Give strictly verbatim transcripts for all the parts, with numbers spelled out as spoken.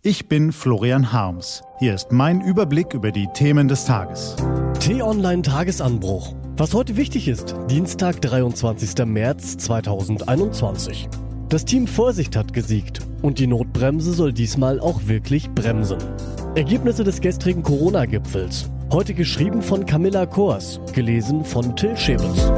Ich bin Florian Harms. Hier ist mein Überblick über die Themen des Tages. T-Online Tagesanbruch. Was heute wichtig ist, Dienstag, dreiundzwanzigster März zweitausendeinundzwanzig. Das Team Vorsicht hat gesiegt und die Notbremse soll diesmal auch wirklich bremsen. Ergebnisse des gestrigen Corona-Gipfels. Heute geschrieben von Camilla Kors, gelesen von Till Schäbels.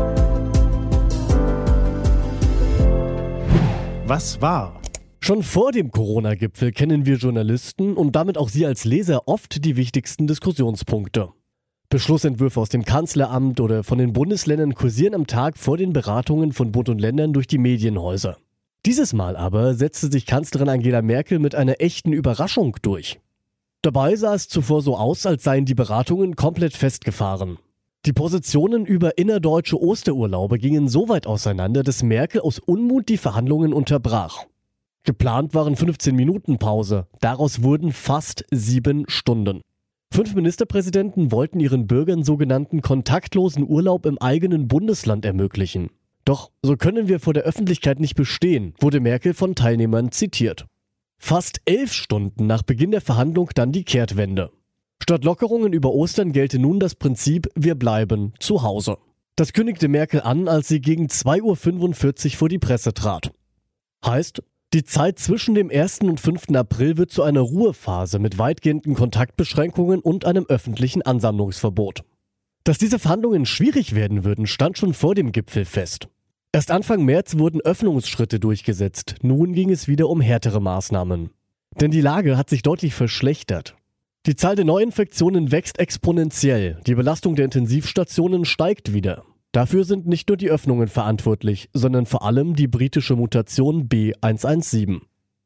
Was war? Schon vor dem Corona-Gipfel kennen wir Journalisten und damit auch Sie als Leser oft die wichtigsten Diskussionspunkte. Beschlussentwürfe aus dem Kanzleramt oder von den Bundesländern kursieren am Tag vor den Beratungen von Bund und Ländern durch die Medienhäuser. Dieses Mal aber setzte sich Kanzlerin Angela Merkel mit einer echten Überraschung durch. Dabei sah es zuvor so aus, als seien die Beratungen komplett festgefahren. Die Positionen über innerdeutsche Osterurlaube gingen so weit auseinander, dass Merkel aus Unmut die Verhandlungen unterbrach. Geplant waren fünfzehn Minuten Pause, daraus wurden fast sieben Stunden. Fünf Ministerpräsidenten wollten ihren Bürgern sogenannten kontaktlosen Urlaub im eigenen Bundesland ermöglichen. Doch so können wir vor der Öffentlichkeit nicht bestehen, wurde Merkel von Teilnehmern zitiert. Fast elf Stunden nach Beginn der Verhandlung dann die Kehrtwende. Statt Lockerungen über Ostern gelte nun das Prinzip, wir bleiben zu Hause. Das kündigte Merkel an, als sie gegen zwei Uhr fünfundvierzig vor die Presse trat. Heißt, die Zeit zwischen dem ersten und fünften April wird zu einer Ruhephase mit weitgehenden Kontaktbeschränkungen und einem öffentlichen Ansammlungsverbot. Dass diese Verhandlungen schwierig werden würden, stand schon vor dem Gipfel fest. Erst Anfang März wurden Öffnungsschritte durchgesetzt, nun ging es wieder um härtere Maßnahmen. Denn die Lage hat sich deutlich verschlechtert. Die Zahl der Neuinfektionen wächst exponentiell, die Belastung der Intensivstationen steigt wieder. Dafür sind nicht nur die Öffnungen verantwortlich, sondern vor allem die britische Mutation B eins eins sieben.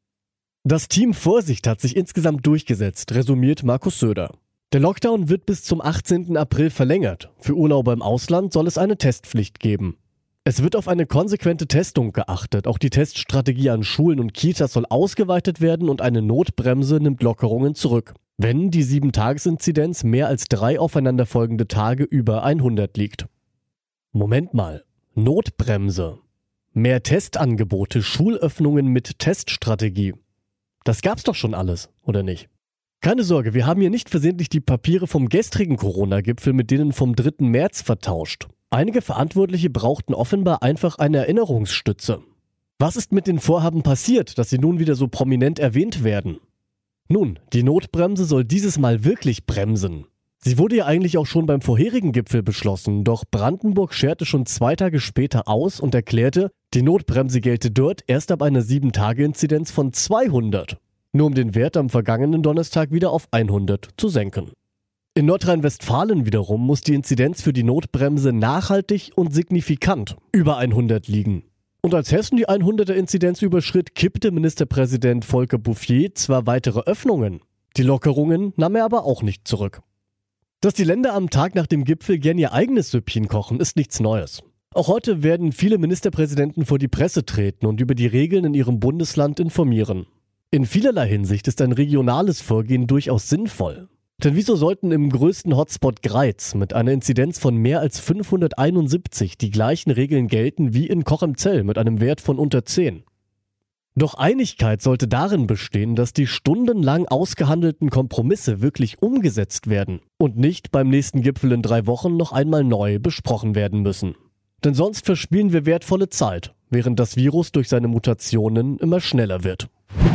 Das Team Vorsicht hat sich insgesamt durchgesetzt, resümiert Markus Söder. Der Lockdown wird bis zum achtzehnten April verlängert. Für Urlauber im Ausland soll es eine Testpflicht geben. Es wird auf eine konsequente Testung geachtet. Auch die Teststrategie an Schulen und Kitas soll ausgeweitet werden und eine Notbremse nimmt Lockerungen zurück, wenn die sieben-Tages-Inzidenz mehr als drei aufeinanderfolgende Tage über hundert liegt. Moment mal, Notbremse. Mehr Testangebote, Schulöffnungen mit Teststrategie. Das gab's doch schon alles, oder nicht? Keine Sorge, wir haben hier nicht versehentlich die Papiere vom gestrigen Corona-Gipfel mit denen vom dritten März vertauscht. Einige Verantwortliche brauchten offenbar einfach eine Erinnerungsstütze. Was ist mit den Vorhaben passiert, dass sie nun wieder so prominent erwähnt werden? Nun, die Notbremse soll dieses Mal wirklich bremsen. Sie wurde ja eigentlich auch schon beim vorherigen Gipfel beschlossen, doch Brandenburg scherte schon zwei Tage später aus und erklärte, die Notbremse gelte dort erst ab einer sieben-Tage-Inzidenz von zweihundert, nur um den Wert am vergangenen Donnerstag wieder auf hundert zu senken. In Nordrhein-Westfalen wiederum muss die Inzidenz für die Notbremse nachhaltig und signifikant über hundert liegen. Und als Hessen die hunderter-Inzidenz überschritt, kippte Ministerpräsident Volker Bouffier zwar weitere Öffnungen, die Lockerungen nahm er aber auch nicht zurück. Dass die Länder am Tag nach dem Gipfel gern ihr eigenes Süppchen kochen, ist nichts Neues. Auch heute werden viele Ministerpräsidenten vor die Presse treten und über die Regeln in ihrem Bundesland informieren. In vielerlei Hinsicht ist ein regionales Vorgehen durchaus sinnvoll. Denn wieso sollten im größten Hotspot Greiz mit einer Inzidenz von mehr als fünfhunderteinundsiebzig die gleichen Regeln gelten wie in Kochemzell mit einem Wert von unter zehn? Doch Einigkeit sollte darin bestehen, dass die stundenlang ausgehandelten Kompromisse wirklich umgesetzt werden und nicht beim nächsten Gipfel in drei Wochen noch einmal neu besprochen werden müssen. Denn sonst verspielen wir wertvolle Zeit, während das Virus durch seine Mutationen immer schneller wird.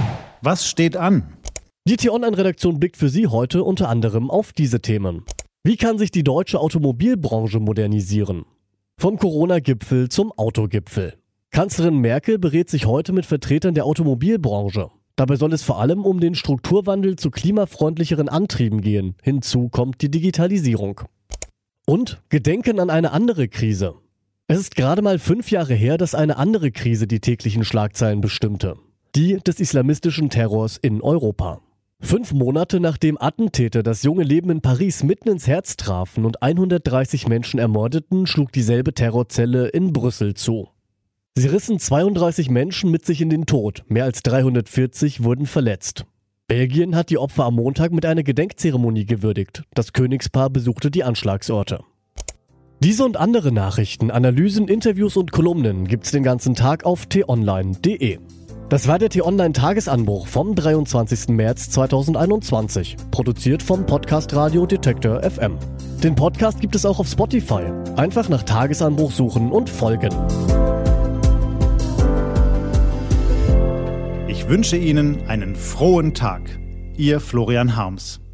Was steht an? Die T-Online-Redaktion blickt für Sie heute unter anderem auf diese Themen. Wie kann sich die deutsche Automobilbranche modernisieren? Vom Corona-Gipfel zum Autogipfel. Kanzlerin Merkel berät sich heute mit Vertretern der Automobilbranche. Dabei soll es vor allem um den Strukturwandel zu klimafreundlicheren Antrieben gehen. Hinzu kommt die Digitalisierung. Und Gedenken an eine andere Krise. Es ist gerade mal fünf Jahre her, dass eine andere Krise die täglichen Schlagzeilen bestimmte. Die des islamistischen Terrors in Europa. Fünf Monate nachdem Attentäter das junge Leben in Paris mitten ins Herz trafen und hundertdreißig Menschen ermordeten, schlug dieselbe Terrorzelle in Brüssel zu. Sie rissen zweiunddreißig Menschen mit sich in den Tod, mehr als dreihundertvierzig wurden verletzt. Belgien hat die Opfer am Montag mit einer Gedenkzeremonie gewürdigt. Das Königspaar besuchte die Anschlagsorte. Diese und andere Nachrichten, Analysen, Interviews und Kolumnen gibt's den ganzen Tag auf t online punkt de. Das war der T-Online-Tagesanbruch vom dreiundzwanzigsten März zweitausendeinundzwanzig, produziert vom Podcast Radio Detektor F M. Den Podcast gibt es auch auf Spotify. Einfach nach Tagesanbruch suchen und folgen. Ich wünsche Ihnen einen frohen Tag. Ihr Florian Harms.